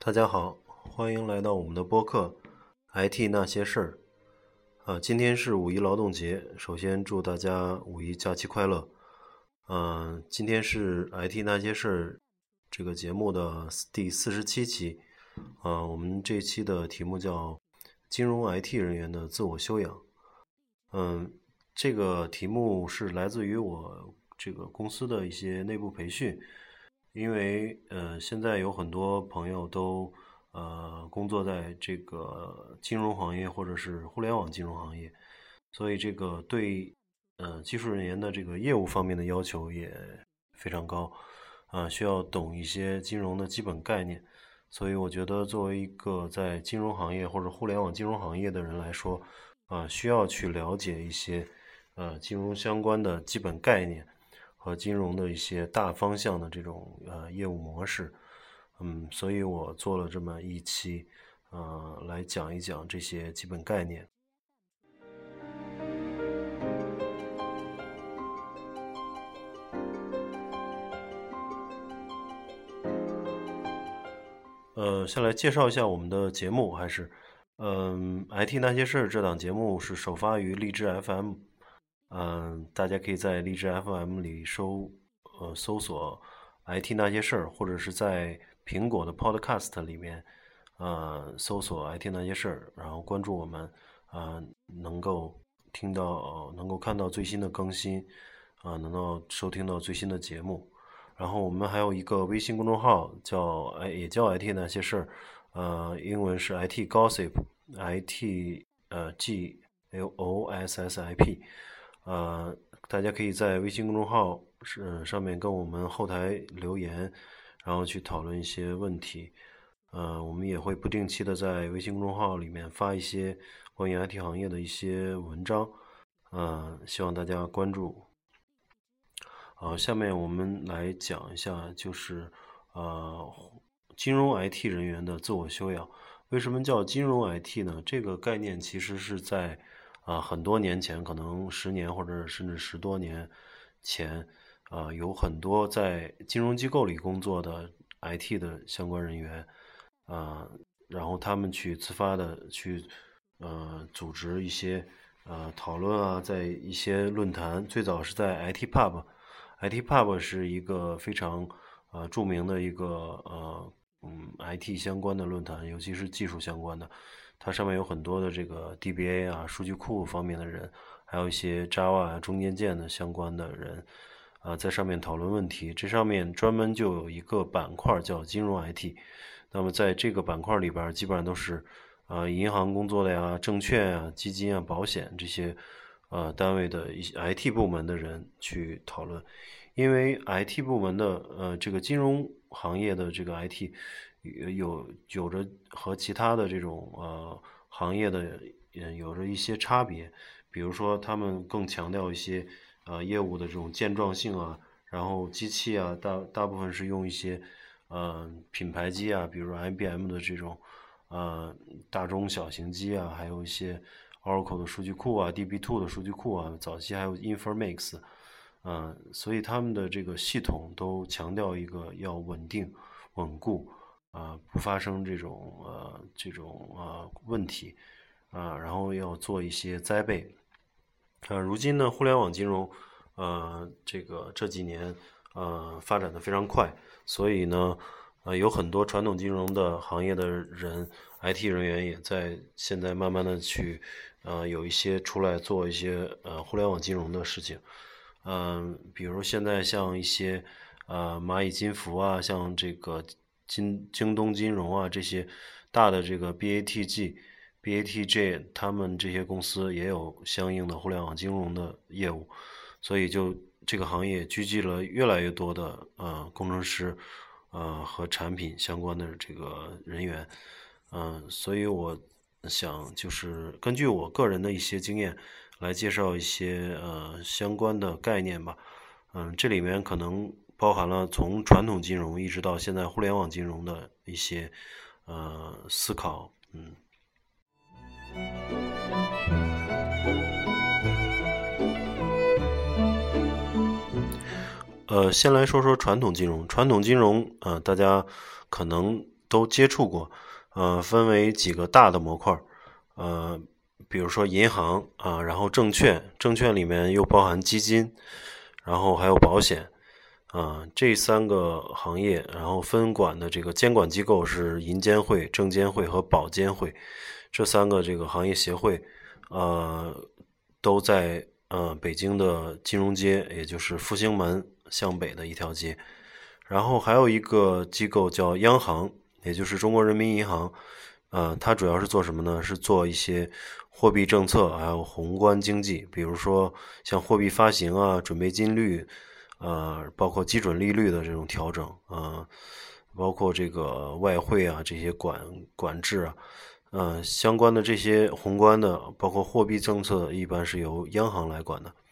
大家好，欢迎来到我们的播客 IT 那些事儿。今天是五一劳动节，首先祝大家五一假期快乐。今天是 IT 那些事儿这个节目的第47期。我们这期的题目叫金融 IT 人员的自我修养。这个题目是来自于我这个公司的一些内部培训。因为现在有很多朋友都工作在这个金融行业或者是互联网金融行业，所以这个对技术人员的这个业务方面的要求也非常高，需要懂一些金融的基本概念。所以我觉得作为一个在金融行业或者互联网金融行业的人来说，需要去了解一些金融相关的基本概念和金融的一些大方向的这种业务模式。所以我做了这么一期来讲一讲这些基本概念。先来介绍一下我们的节目，还是IT 那些事儿这档节目是首发于荔枝 FM。大家可以在荔枝 FM 里搜索 IT 那些事儿，或者是在苹果的 Podcast 里面搜索 IT 那些事儿，然后关注我们，能够看到最新的更新，能够收听到最新的节目。然后我们还有一个微信公众号也叫 IT 那些事儿，英文是 IT Gossip，IT GOSSIP。大家可以在微信公众号上面跟我们后台留言，然后去讨论一些问题。我们也会不定期的在微信公众号里面发一些关于 IT 行业的一些文章，希望大家关注。下面我们来讲一下，就是金融 IT 人员的自我修养。为什么叫金融 IT 呢？这个概念其实是在很多年前，可能10年或者甚至10多年前，有很多在金融机构里工作的 IT 的相关人员，然后他们去自发的去组织一些讨论在一些论坛，最早是在 IT Pub。IT Pub 是一个非常著名的一个IT 相关的论坛，尤其是技术相关的。它上面有很多的这个 DBA 数据库方面的人，还有一些 Java 中间件的相关的人，在上面讨论问题。这上面专门就有一个板块叫金融 IT。那么在这个板块里边，基本上都是银行工作的呀、证券基金保险这些单位的一些 IT 部门的人去讨论。因为 IT 部门的这个金融行业的这个 IT 有着和其他的这种行业的有着一些差别。比如说他们更强调一些业务的这种健壮性然后机器大部分是用一些品牌机比如 IBM 的这种大中小型机还有一些 Oracle 的数据库DB2 的数据库早期还有 Informix。所以他们的这个系统都强调一个要稳定稳固不发生这种问题然后要做一些灾备。如今呢，互联网金融这几年发展的非常快，所以呢有很多传统金融的行业的人 IT 人员也在现在慢慢的去有一些出来做一些互联网金融的事情。比如现在像一些蚂蚁金服像这个京东金融这些大的这个 BATG 他们这些公司也有相应的互联网金融的业务，所以就这个行业聚集了越来越多的工程师和产品相关的这个人员。所以我想就是根据我个人的一些经验来介绍一些相关的概念吧。这里面可能包含了从传统金融一直到现在互联网金融的一些思考。先来说说传统金融。传统金融大家可能都接触过，分为几个大的模块，比如说银行啊，然后证券里面又包含基金，然后还有保险，这3个行业，然后分管的这个监管机构是银监会、证监会和保监会，这3个这个行业协会，都在北京的金融街，也就是复兴门向北的一条街。然后还有一个机构叫央行，也就是中国人民银行，它主要是做什么呢？是做一些货币政策还有宏观经济，比如说像货币发行啊、准备金率，包括基准利率的这种调整，包括这个外汇啊这些管制啊，相关的这些宏观的，包括货币政策，一般是由央行来管的。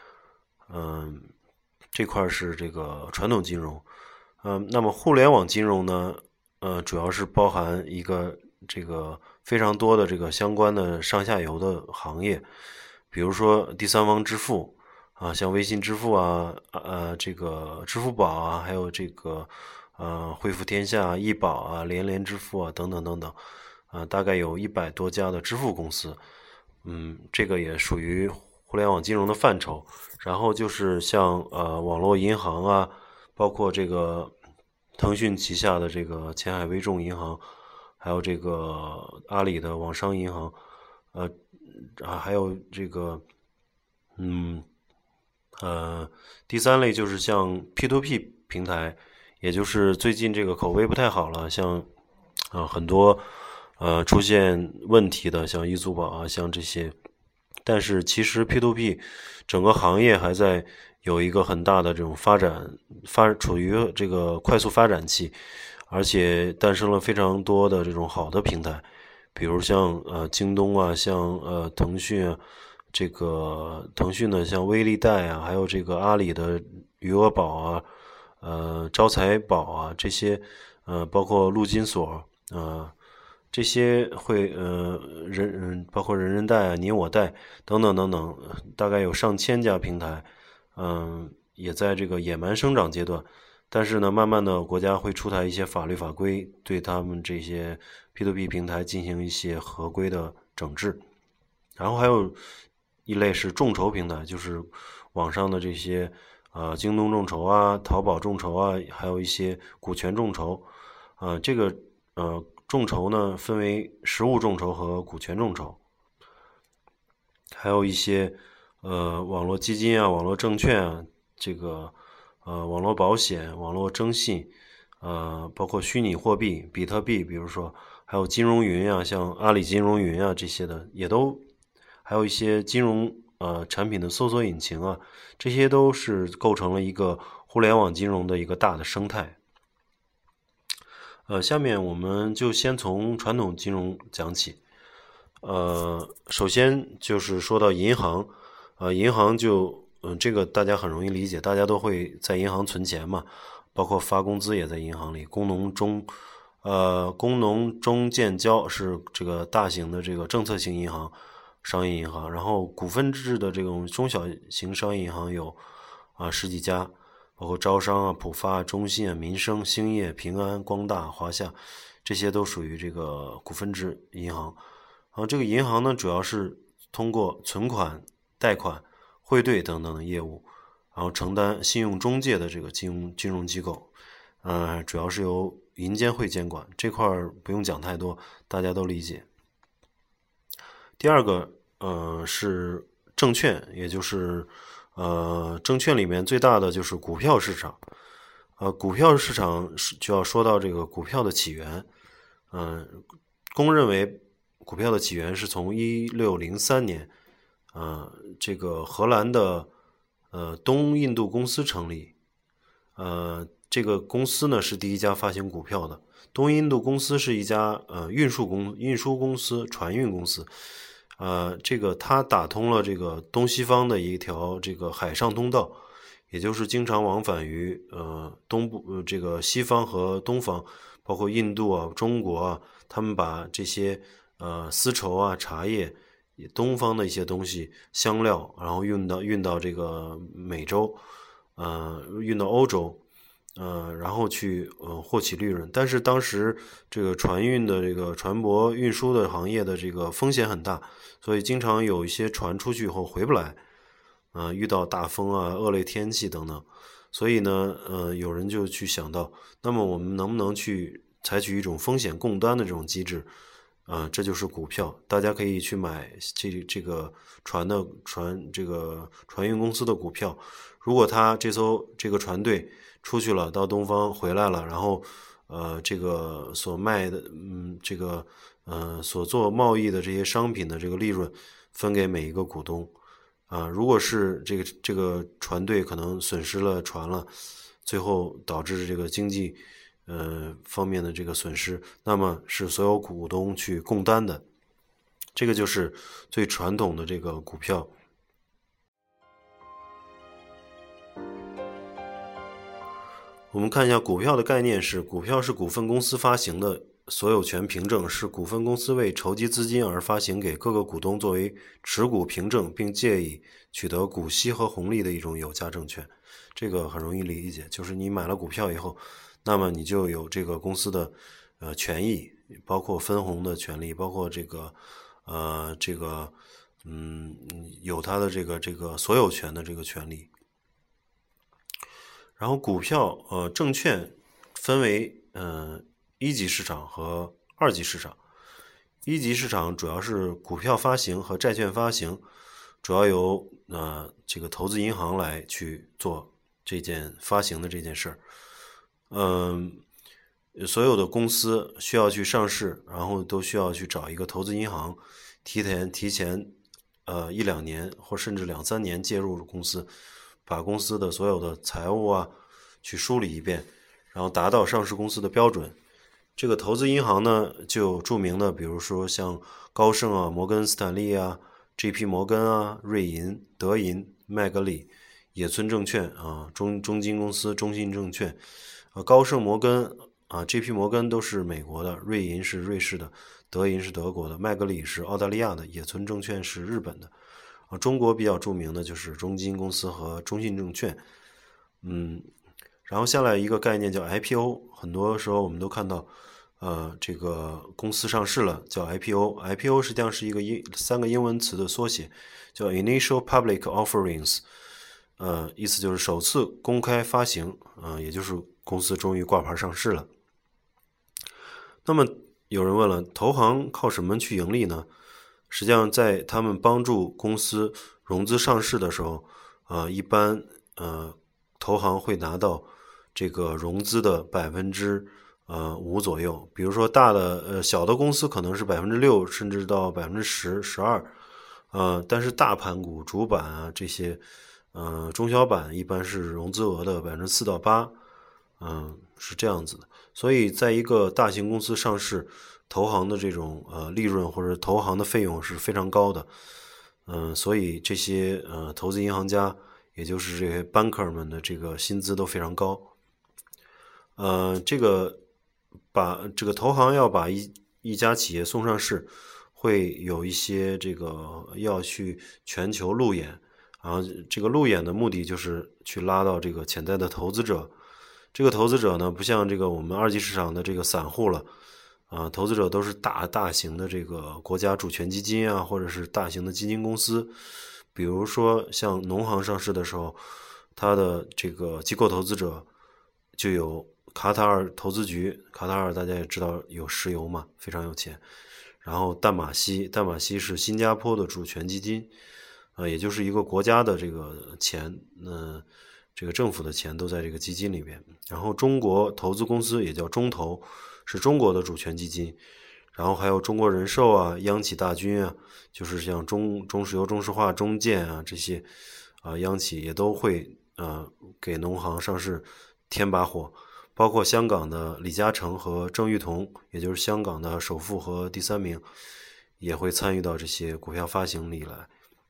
这块是这个传统金融。那么互联网金融呢，主要是包含一个这个非常多的这个相关的上下游的行业，比如说第三方支付啊，像微信支付啊，这个支付宝啊，还有这个汇付天下、易宝啊、连支付啊等等等等，大概有100多家的支付公司，这个也属于互联网金融的范畴。然后就是像网络银行啊，包括这个腾讯旗下的这个前海微众银行，还有这个阿里的网商银行，还有这个第3类就是像 P2P 平台，也就是最近这个口碑不太好了，像很多出现问题的，像易租宝啊，像这些。但是其实 P2P 整个行业还在有一个很大的这种处于这个快速发展期，而且诞生了非常多的这种好的平台，比如像京东啊，像腾讯啊，这个腾讯的像微粒贷啊，还有这个阿里的余额宝啊，招财宝啊，这些包括陆金所这些会包括人贷啊、你我贷等等等等，大概有上千家平台，也在这个野蛮生长阶段。但是呢，慢慢的国家会出台一些法律法规，对他们这些 P2P 平台进行一些合规的整治。然后还有一类是众筹平台，就是网上的这些京东众筹啊、淘宝众筹啊，还有一些股权众筹。这个众筹呢分为实物众筹和股权众筹，还有一些网络基金啊、网络证券啊，这个网络保险、网络征信，包括虚拟货币、比特币，比如说还有金融云啊，像阿里金融云啊这些的，也都还有一些金融产品的搜索引擎啊，这些都是构成了一个互联网金融的一个大的生态。下面我们就先从传统金融讲起。首先就是说到银行，银行就这个大家很容易理解，大家都会在银行存钱嘛，包括发工资也在银行里。工农中建交是这个大型的这个政策性银行、商业银行，然后股份制的这种中小型商业银行有10几家。包括招商啊、浦发、中信啊、民生、兴业、平安、光大、华夏，这些都属于这个股份制银行。这个银行呢，主要是通过存款、贷款、汇兑等等的业务，然后承担信用中介的这个金融机构。主要是由银监会监管，这块不用讲太多，大家都理解。第二个是证券，也就是证券里面最大的就是股票市场。股票市场就要说到这个股票的起源。公认为股票的起源是从1603年，这个荷兰的东印度公司成立。这个公司呢是第一家发行股票的。东印度公司是一家运输公司、船运公司。这个它打通了这个东西方的一条这个海上通道，也就是经常往返于东部这个西方和东方，包括印度啊、中国啊，他们把这些丝绸啊、茶叶、东方的一些东西、香料，然后运到这个美洲，运到欧洲， 然后去获取利润。但是当时这个船运的这个船舶运输的行业的这个风险很大，所以经常有一些船出去以后回不来，遇到大风啊、恶劣天气等等。所以呢，有人就去想到，那么我们能不能去采取一种风险共担的这种机制？这就是股票，大家可以去买这个船运公司的股票。如果他这个船队出去了，到东方回来了，然后这个所卖的所做贸易的这些商品的这个利润分给每一个股东。如果是这个船队可能损失了船了，最后导致这个经济方面的这个损失，那么是所有股东去共担的。这个就是最传统的这个股票。我们看一下股票的概念是，股票是股份公司发行的所有权凭证，是股份公司为筹集资金而发行给各个股东作为持股凭证，并借以取得股息和红利的一种有价证券。这个很容易理解，就是你买了股票以后，那么你就有这个公司的权益，包括分红的权利，包括有它的这个所有权的这个权利。然后股票证券分为一级市场和二级市场。一级市场主要是股票发行和债券发行，主要由这个投资银行来去做这件发行的这件事儿。所有的公司需要去上市，然后都需要去找一个投资银行提前1-2年或甚至2-3年介入公司，把公司的所有的财务啊去梳理一遍，然后达到上市公司的标准。这个投资银行呢，就有著名的，比如说像高盛啊、摩根斯坦利啊、JP 摩根啊、瑞银、德银、麦格理、野村证券啊、中金公司、中信证券。高盛、摩根JP 摩根都是美国的，瑞银是瑞士的，德银是德国的，麦格理是澳大利亚的，野村证券是日本的。中国比较著名的就是中金公司和中信证券。然后下来一个概念叫 IPO， 很多时候我们都看到这个公司上市了叫 IPO。 实际上是3个英文词的缩写，叫 Initial Public Offerings， 意思就是首次公开发行，也就是公司终于挂牌上市了。那么有人问了，投行靠什么去盈利呢？实际上在他们帮助公司融资上市的时候，一般投行会拿到这个融资的5%左右。比如说小的公司可能是6%甚至到10%、12%，但是大盘股、主板啊这些中小板一般是融资额的4%到8%，是这样子的。所以在一个大型公司上市，投行的这种利润或者投行的费用是非常高的。所以这些投资银行家，也就是这些 banker 们的这个薪资都非常高。把这个投行要把一家企业送上市，会有一些这个要去全球路演，然后这个路演的目的就是去拉到这个潜在的投资者。这个投资者呢，不像这个我们二级市场的这个散户了，投资者都是大型的这个国家主权基金啊，或者是大型的基金公司。比如说像农行上市的时候，它的这个机构投资者就有卡塔尔投资局，卡塔尔大家也知道有石油嘛，非常有钱。然后淡马锡是新加坡的主权基金，也就是一个国家的这个钱，这个政府的钱都在这个基金里边。然后中国投资公司也叫中投，是中国的主权基金。然后还有中国人寿啊、央企大军啊，就是像中石油、中石化、中建啊这些央企也都会给农行上市添把火。包括香港的李嘉诚和郑裕彤，也就是香港的首富和第3名，也会参与到这些股票发行里来。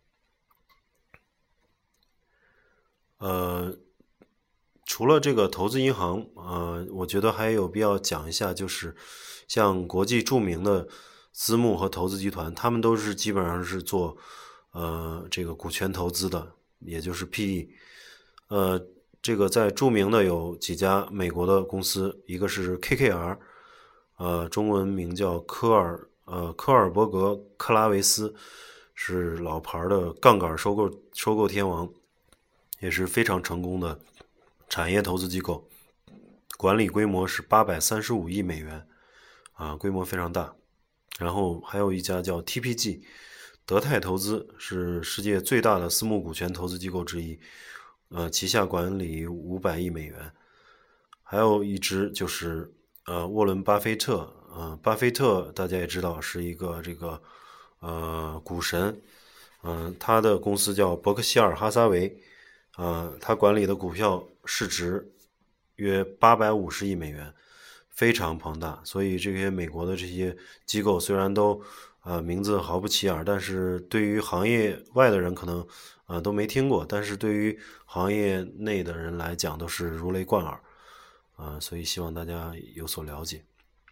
除了这个投资银行，我觉得还有必要讲一下，就是像国际著名的私募和投资集团，他们都是基本上是做这个股权投资的，也就是 PE。 这个在著名的有几家美国的公司，一个是 KKR，中文名叫科尔伯格克拉维斯，是老牌的杠杆收购天王，也是非常成功的产业投资机构，管理规模是835亿美元，规模非常大。然后还有一家叫 TPG， 德泰投资，是世界最大的私募股权投资机构之一，旗下管理500亿美元。还有一支就是沃伦巴菲特，巴菲特大家也知道是一个这个股神，他的公司叫伯克希尔哈撒韦，他管理的股票市值约850亿美元，非常庞大。所以这些美国的这些机构虽然都名字毫不起眼，但是对于行业外的人可能都没听过，但是对于行业内的人来讲都是如雷贯耳，所以希望大家有所了解。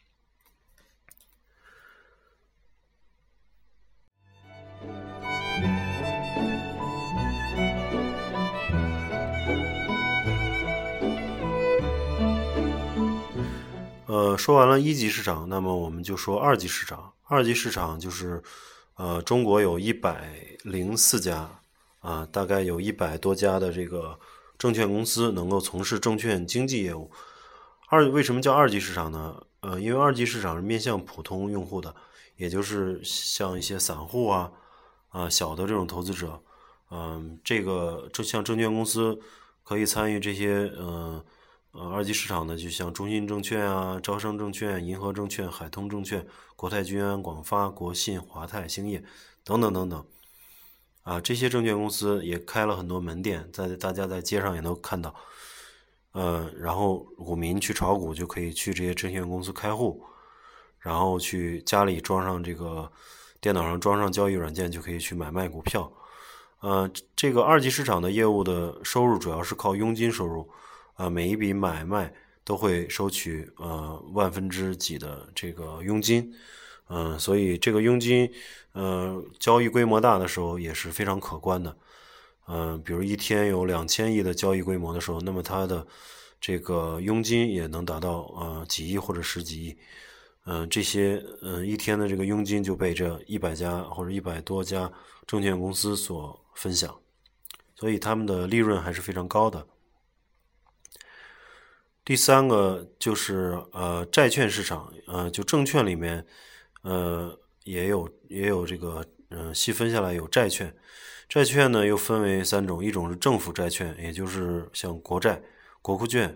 说完了一级市场，那么我们就说二级市场。二级市场就是中国有104家，大概有100多家的这个证券公司能够从事证券经纪业务。为什么叫二级市场呢？因为二级市场是面向普通用户的，也就是像一些散户小的这种投资者，像证券公司可以参与这些二级市场的，就像中信证券招商证券、银河证券、海通证券、国泰君安、广发、国信、华泰、兴业等等等等，这些证券公司也开了很多门店，大家在街上也能看到，然后股民去炒股就可以去这些证券公司开户，然后去家里装上这个电脑上装上交易软件就可以去买卖股票。这个二级市场的业务的收入主要是靠佣金收入，每一笔买卖都会收取万分之几的这个佣金，所以这个佣金交易规模大的时候也是非常可观的，比如一天有2000亿的交易规模的时候，那么它的这个佣金也能达到几亿或者10几亿，这些一天的这个佣金就被这100家或者100多家证券公司所分享，所以他们的利润还是非常高的。第三个就是债券市场，就证券里面也有这个细分下来有债券。债券呢又分为3种，一种是政府债券，也就是像国债、国库券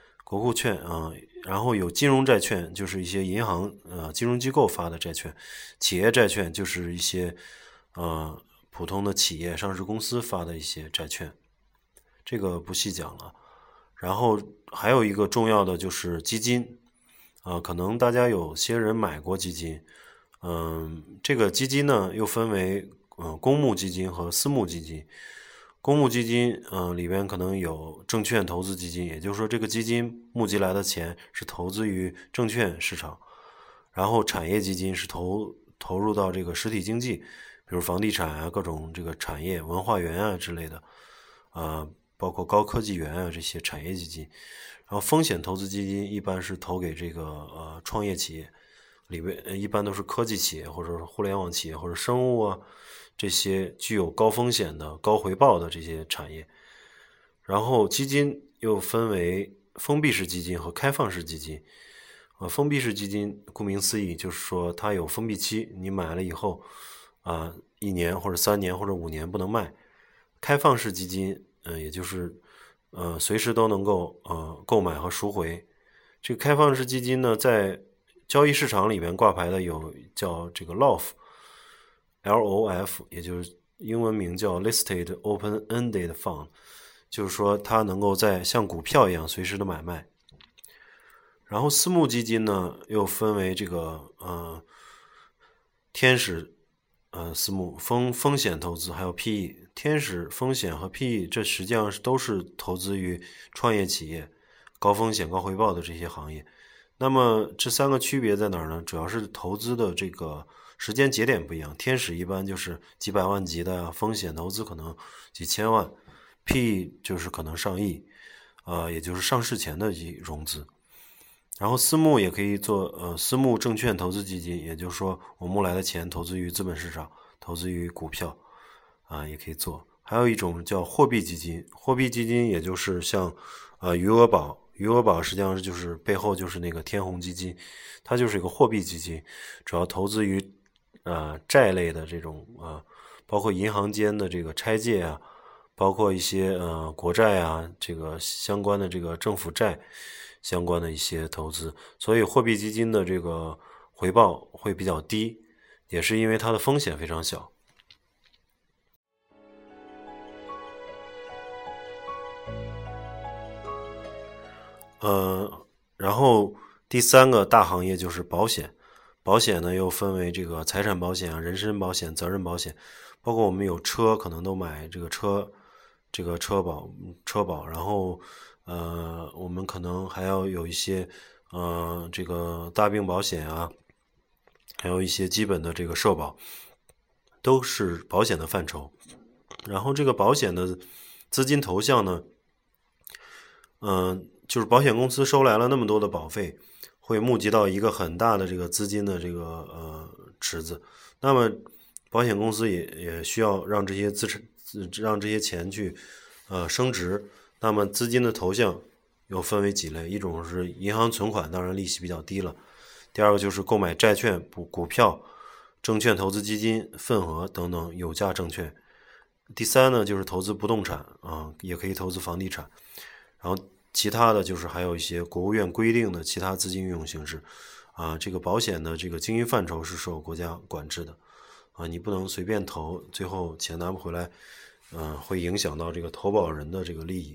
然后有金融债券，就是一些银行金融机构发的债券，企业债券就是一些普通的企业上市公司发的一些债券，这个不细讲了。然后还有一个重要的就是基金，可能大家有些人买过基金，这个基金呢又分为公募基金和私募基金。公募基金里边可能有证券投资基金，也就是说这个基金募集来的钱是投资于证券市场，然后产业基金是投入到这个实体经济，比如房地产各种这个产业、文化园之类的，包括高科技园这些产业基金。然后风险投资基金一般是投给这个创业企业，里边一般都是科技企业或者是互联网企业或者生物这些具有高风险的高回报的这些产业。然后基金又分为封闭式基金和开放式基金。封闭式基金顾名思义就是说它有封闭期，你买了以后1年或者3年或者5年不能卖。开放式基金也就是随时都能够购买和赎回。这个开放式基金呢，在交易市场里面挂牌的有叫这个 LOF， 也就是英文名叫 Listed Open-Ended Fund， 就是说它能够像股票一样随时的买卖。然后私募基金呢又分为这个天使私募、风险投资还有 PE。天使、风险和 PE 这实际上都是投资于创业企业、高风险高回报的这些行业。那么这3个区别在哪儿呢？主要是投资的这个时间节点不一样。天使一般就是几百万级的，风险投资可能几千万，PE 就是可能上亿。 也就是上市前的融资。然后私募也可以做私募证券投资基金，也就是说我募来的钱投资于资本市场，投资于股票也可以做。还有一种叫货币基金，货币基金也就是像余额宝，余额宝实际上就是背后就是那个天弘基金，它就是一个货币基金，主要投资于债类的这种包括银行间的这个拆借啊，包括一些国债啊，这个相关的这个政府债相关的一些投资，所以货币基金的这个回报会比较低，也是因为它的风险非常小。然后第三个大行业就是保险，保险呢又分为这个财产保险啊、人身保险、责任保险，包括我们有车可能都买这个车保，然后我们可能还要有一些这个大病保险啊，还有一些基本的这个社保，都是保险的范畴。然后这个保险的资金投向呢，就是保险公司收来了那么多的保费，会募集到一个很大的这个资金的这个池子。那么保险公司也需要让这些让这些钱去升值。那么资金的投向又分为几类，一种是银行存款，当然利息比较低了。第二个就是购买债券、股票、证券投资基金、份额等等有价证券。第三呢，就是投资不动产也可以投资房地产。然后其他的就是还有一些国务院规定的其他资金运用形式这个保险的这个经营范畴是受国家管制的你不能随便投，最后钱拿不回来，会影响到这个投保人的这个利益。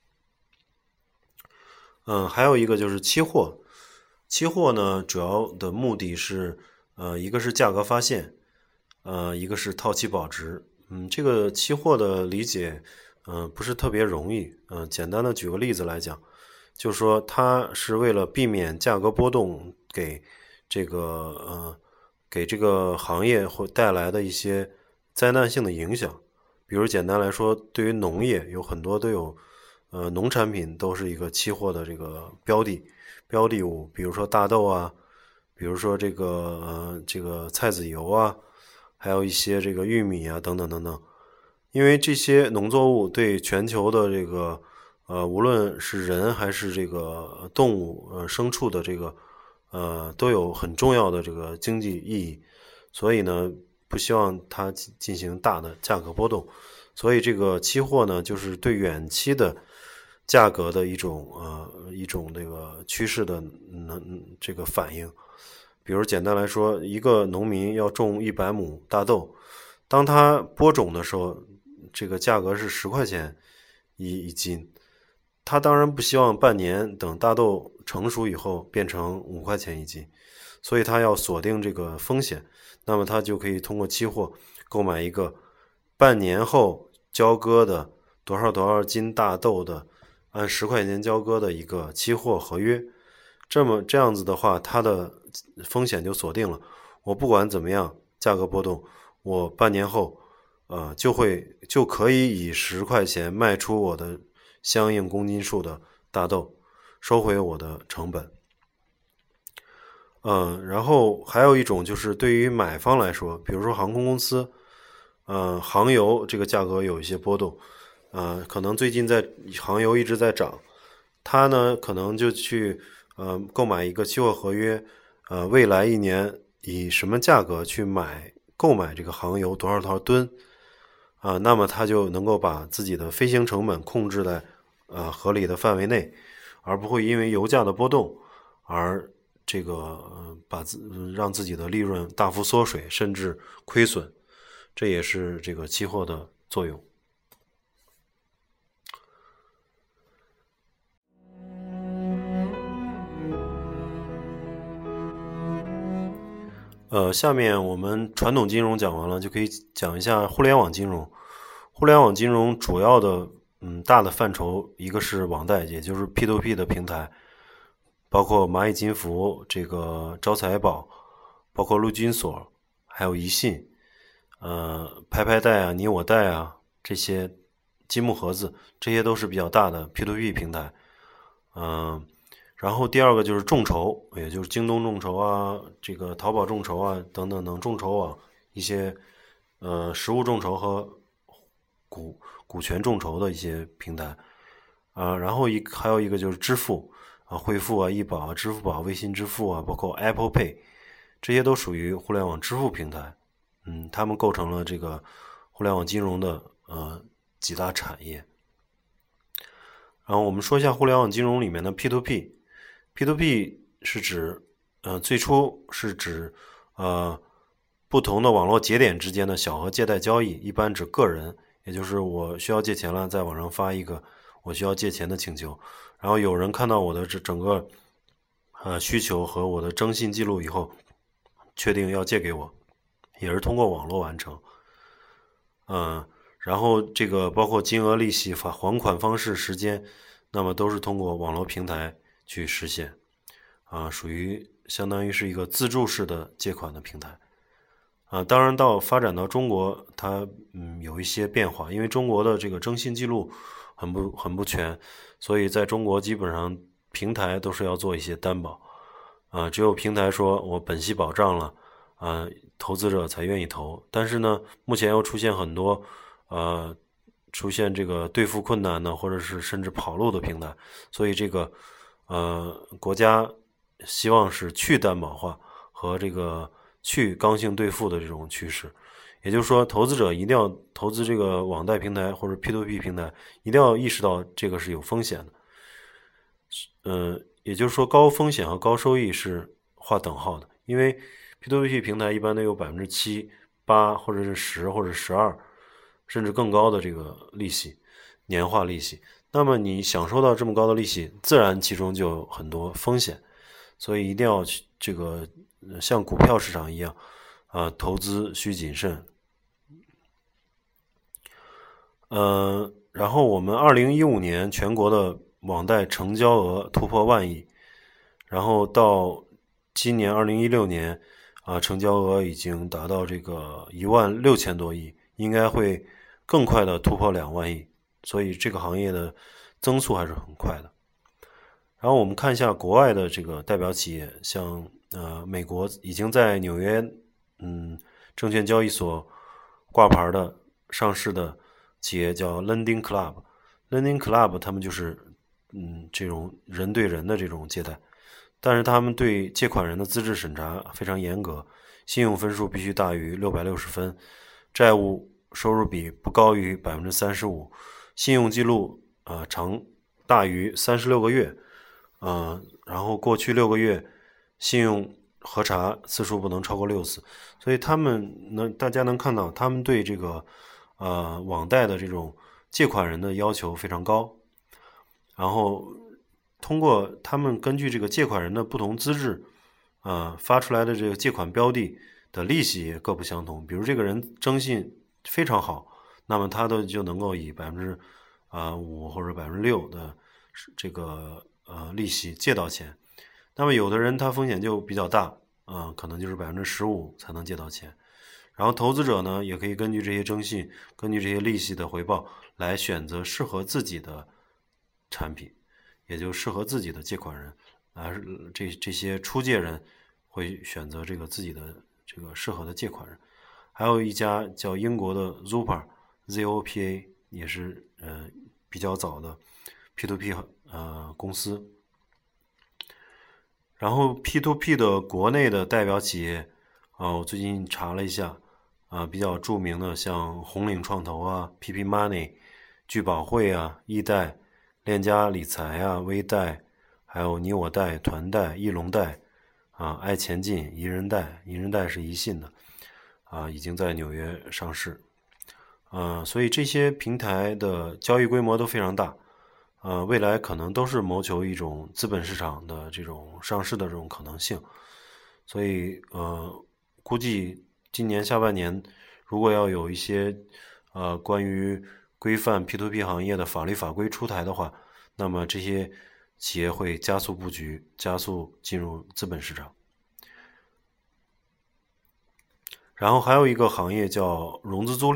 还有一个就是期货，期货呢主要的目的是一个是价格发现，一个是套期保值。这个期货的理解不是特别容易。简单的举个例子来讲，就是说它是为了避免价格波动给这个行业会带来的一些灾难性的影响。比如简单来说，对于农业有很多都有农产品都是一个期货的这个标的物，比如说大豆啊，比如说这个菜籽油啊，还有一些这个玉米啊等等等等。因为这些农作物对全球的这个无论是人还是这个动物牲畜的这个都有很重要的这个经济意义，所以呢不希望它进行大的价格波动，所以这个期货呢就是对远期的价格的一种这个趋势的这个反应。比如简单来说，一个农民要种100亩大豆，当他播种的时候，这个价格是10块钱一斤，他当然不希望半年等大豆成熟以后变成5块钱一斤，所以他要锁定这个风险，那么他就可以通过期货购买一个半年后交割的多少多少斤大豆的按10块钱交割的一个期货合约。这样子的话，它的风险就锁定了，我不管怎么样价格波动，我半年后就可以以10块钱卖出我的相应公斤数的大豆，收回我的成本。然后还有一种就是对于买方来说，比如说航空公司，航油这个价格有一些波动，可能最近航油一直在涨，他呢可能就去购买一个期货合约，未来1年以什么价格去购买这个航油多少多少吨，那么他就能够把自己的飞行成本控制在合理的范围内，而不会因为油价的波动而这个让自己的利润大幅缩水，甚至亏损。这也是这个期货的作用。下面我们传统金融讲完了，就可以讲一下互联网金融。互联网金融主要的大的范畴，一个是网贷，也就是 P2P 的平台，包括蚂蚁金服、这个招财宝，包括陆金所，还有宜信，拍拍贷啊、你我贷啊，这些积木盒子，这些都是比较大的 P2P 平台。然后第二个就是众筹，也就是京东众筹啊，这个淘宝众筹啊等等等众筹网，一些实物众筹和股权众筹的一些平台。然后还有一个就是支付汇付啊、易宝啊、支付宝、微信支付啊，包括 Apple Pay， 这些都属于互联网支付平台。他们构成了这个互联网金融的几大产业。然后我们说一下互联网金融里面的 P2P。P2P 是指最初是指不同的网络节点之间的小额借贷交易，一般指个人，也就是我需要借钱了，在网上发一个我需要借钱的请求，然后有人看到我的整个需求和我的征信记录以后，确定要借给我，也是通过网络完成。然后这个包括金额、利息、还款方式、时间，那么都是通过网络平台去实现，属于相当于是一个自助式的借款的平台。当然发展到中国，它有一些变化，因为中国的这个征信记录很不全，所以在中国基本上平台都是要做一些担保，只有平台说我本息保障了，投资者才愿意投。但是呢，目前又出现很多出现这个兑付困难的，或者是甚至跑路的平台，所以这个国家希望是去担保化和这个去刚性兑付的这种趋势。也就是说，投资者一定要投资这个网贷平台或者 P2P 平台，一定要意识到这个是有风险的。也就是说，高风险和高收益是划等号的，因为 P2P 平台一般都有7%、8%或者是10%或者12%甚至更高的这个利息，年化利息。那么你享受到这么高的利息，自然其中就有很多风险，所以一定要这个像股票市场一样，投资需谨慎。然后我们2015年全国的网贷成交额突破1万亿，然后到今年2016年成交额已经达到这个16000多亿，应该会更快的突破2万亿，所以这个行业的增速还是很快的。然后我们看一下国外的这个代表企业，像美国已经在纽约证券交易所挂牌的上市的企业叫 Lending Club。Lending Club 他们就是这种人对人的这种借贷，但是他们对借款人的资质审查非常严格，信用分数必须大于660分，债务收入比不高于 35%， 信用记录长大于36个月，然后过去6个月信用核查次数不能超过6次。所以大家能看到他们对这个网贷的这种借款人的要求非常高，然后通过他们根据这个借款人的不同资质发出来的这个借款标的的利息也各不相同。比如这个人征信非常好，那么他就能够以5%或者6%的这个利息借到钱。那么有的人他风险就比较大，可能就是15%才能借到钱。然后投资者呢，也可以根据这些征信，根据这些利息的回报来选择适合自己的产品，也就适合自己的借款人。这些出借人会选择这个自己的这个适合的借款人。还有一家叫英国的 Zopa， 也是比较早的 P2P 公司。然后 P2P 的国内的代表企业我最近查了一下比较著名的像红岭创投PP Money、聚宝汇易贷、链家理财微贷，还有你我贷、团贷、翼龙贷爱前进、宜人贷是宜信的已经在纽约上市。所以这些平台的交易规模都非常大，未来可能都是谋求一种资本市场的这种上市的这种可能性。所以估计今年下半年如果要有一些关于规范 P2P 行业的法律法规出台的话，那么这些企业会加速布局，加速进入资本市场。然后还有一个行业叫融资租赁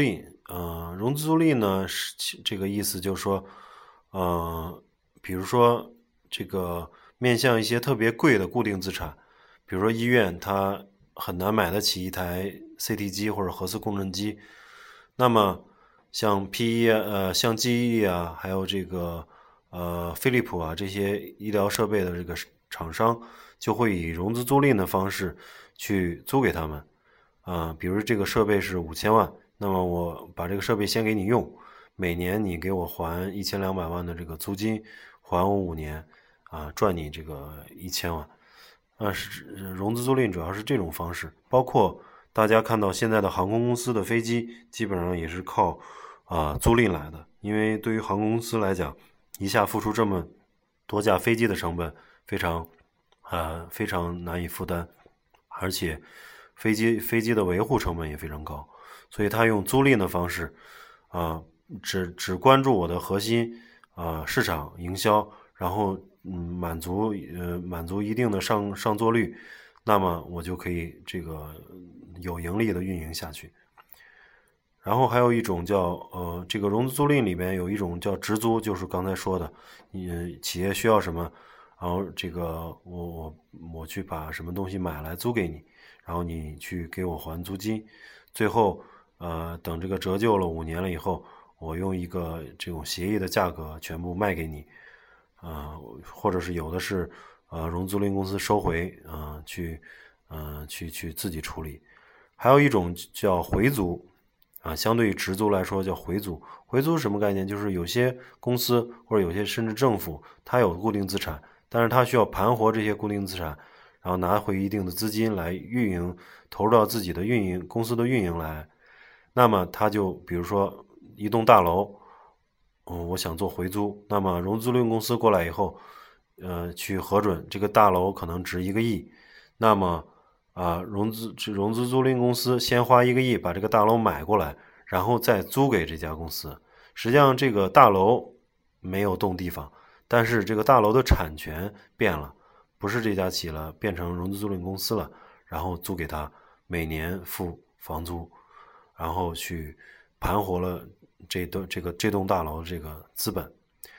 融资租赁呢是这个意思，就是说，比如说这个面向一些特别贵的固定资产，比如说医院它很难买得起一台 CT 机或者核磁共振机，那么像 PE 像 GE 啊，还有这个飞利浦啊这些医疗设备的这个厂商就会以融资租赁的方式去租给他们。比如这个设备是5000万，那么我把这个设备先给你用，每年你给我还1200万的这个租金，还我5年，赚你这个1000万。融资租赁主要是这种方式，包括大家看到现在的航空公司的飞机，基本上也是靠租赁来的，因为对于航空公司来讲，一下付出这么多架飞机的成本非常难以负担，而且飞机的维护成本也非常高，所以他用租赁的方式，只关注我的核心市场营销，然后满足一定的上座率，那么我就可以这个有盈利的运营下去。然后还有一种叫这个融资租赁里面有一种叫直租，就是刚才说的，企业需要什么，然后这个我去把什么东西买来租给你，然后你去给我还租金，最后等这个折旧了5年了以后，我用一个这种协议的价格全部卖给你，或者是有的是融资租赁公司收回去自己处理。还有一种叫回租相对于直租来说叫回租。回租是什么概念？就是有些公司或者有些甚至政府，它有固定资产，但是它需要盘活这些固定资产，然后拿回一定的资金来运营，投入到自己的公司的运营来。那么它就比如说一栋大楼，我想做回租，那么融资租赁公司过来以后，去核准这个大楼可能值1个亿，那么融资租赁公司先花1个亿把这个大楼买过来，然后再租给这家公司。实际上这个大楼没有动地方，但是这个大楼的产权变了，不是这家企业了，变成融资租赁公司了，然后租给他，每年付房租，然后去盘活了这栋大楼这个资本。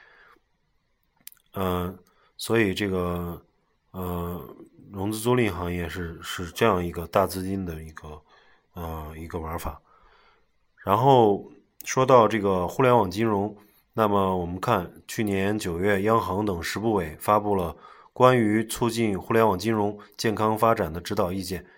所以这个融资租赁行业是这样一个大资金的一个玩法。然后说到这个互联网金融，那么我们看去年9月，央行等10部委发布了关于促进互联网金融健康发展的指导意见，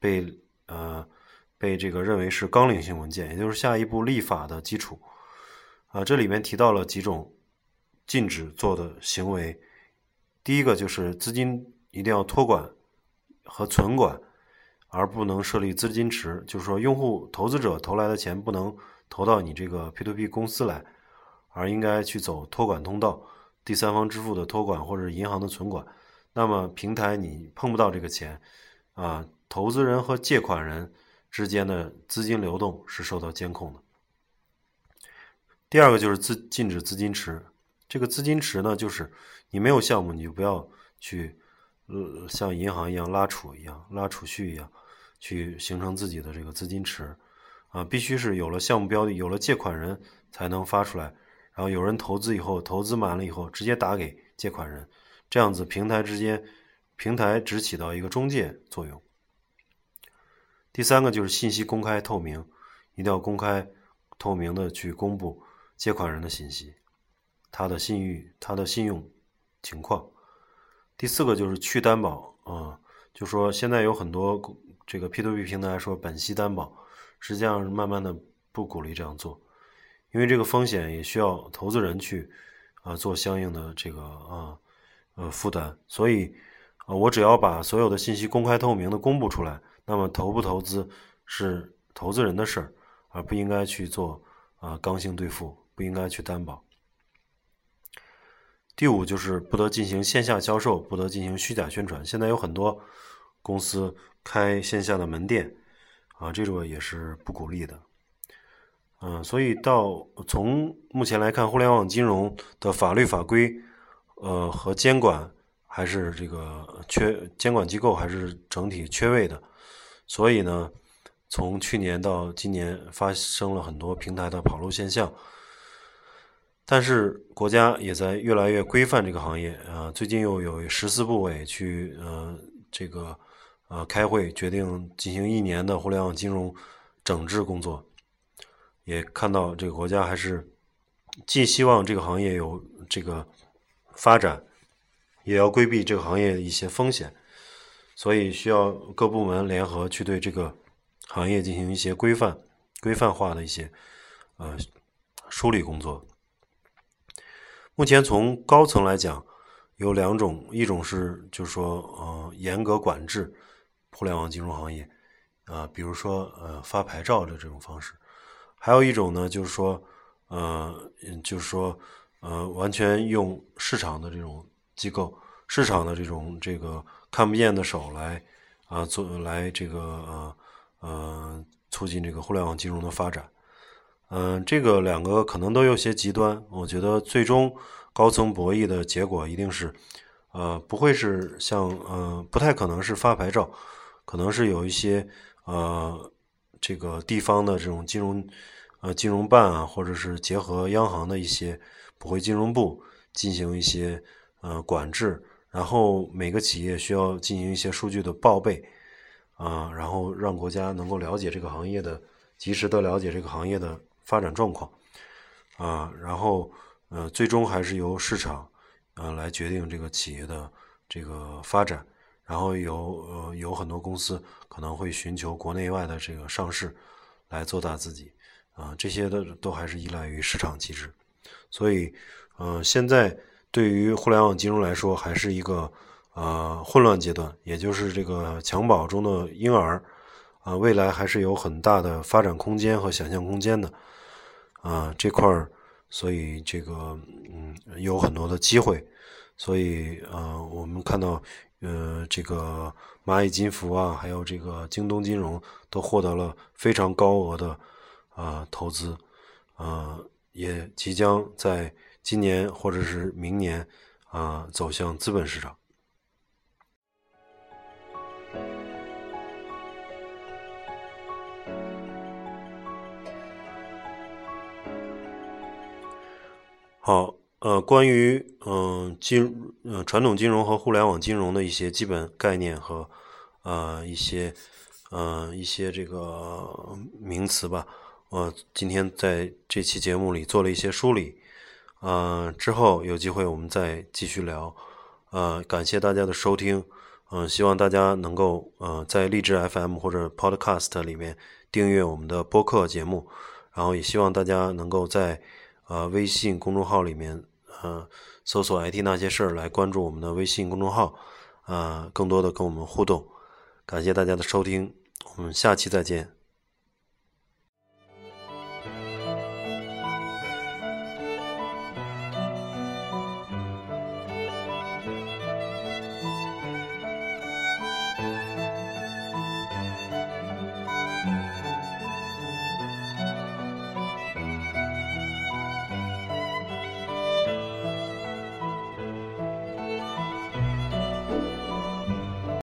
被这个认为是纲领性文件，也就是下一步立法的基础。这里面提到了几种禁止做的行为。第一个就是资金一定要托管和存管，而不能设立资金池，就是说投资者投来的钱不能投到你这个 P2P 公司来，而应该去走托管通道，第三方支付的托管或者银行的存管。那么平台你碰不到这个钱投资人和借款人之间的资金流动是受到监控的。第二个就是禁止资金池。这个资金池呢，就是你没有项目，你就不要去像银行一样拉储蓄一样去形成自己的这个资金池必须是有了项目标的，有了借款人才能发出来，然后有人投资以后，投资满了以后直接打给借款人，这样子平台只起到一个中介作用。第三个就是信息公开透明，一定要公开透明的去公布借款人的信息，他的信誉，他的信用情况。第四个就是去担保就说现在有很多这个 P2P 平台说本息担保，实际上慢慢的不鼓励这样做，因为这个风险也需要投资人去做相应的这个负担。所以我只要把所有的信息公开透明的公布出来，那么投不投资是投资人的事儿，而不应该去做刚性兑付，不应该去担保。第五就是不得进行线下销售，不得进行虚假宣传。现在有很多公司开线下的门店这个也是不鼓励的。所以从目前来看，互联网金融的法律法规和监管还是这个监管机构还是整体缺位的。所以呢， 从去年到今年发生了很多平台的跑路现象，但是国家也在越来越规范这个行业最近又有14部委去开会决定进行1年的互联网金融整治工作，也看到这个国家还是既希望这个行业有这个发展，也要规避这个行业的一些风险，所以需要各部门联合去对这个行业进行一些规范化的一些梳理工作。目前从高层来讲有2种，一种是就是说严格管制互联网金融行业比如说发牌照的这种方式，还有一种呢就是说完全用市场的这种机构，市场的这个看不见的手来促进这个互联网金融的发展。这个2个可能都有些极端，我觉得最终高层博弈的结果一定是不会是不太可能是发牌照，可能是有一些这个地方的这种金融办或者是结合央行的一些普惠金融部进行一些管制，然后每个企业需要进行一些数据的报备然后让国家能够了解这个行业的及时的了解这个行业的发展状况然后最终还是由市场来决定这个企业的这个发展，然后有很多公司可能会寻求国内外的这个上市来做大自己这些都还是依赖于市场机制。所以现在对于互联网金融来说还是一个混乱阶段，也就是这个襁褓中的婴儿未来还是有很大的发展空间和想象空间的这块所以这个有很多的机会，所以我们看到这个蚂蚁金服还有这个京东金融都获得了非常高额的投资也即将在今年或者是明年走向资本市场。好关于传统金融和互联网金融的一些基本概念和一些这个名词吧，今天在这期节目里做了一些梳理之后有机会我们再继续聊感谢大家的收听希望大家能够在荔枝 FM 或者 Podcast 里面订阅我们的播客节目，然后也希望大家能够在微信公众号里面搜索 IT 那些事儿来关注我们的微信公众号更多的跟我们互动。感谢大家的收听，我们下期再见。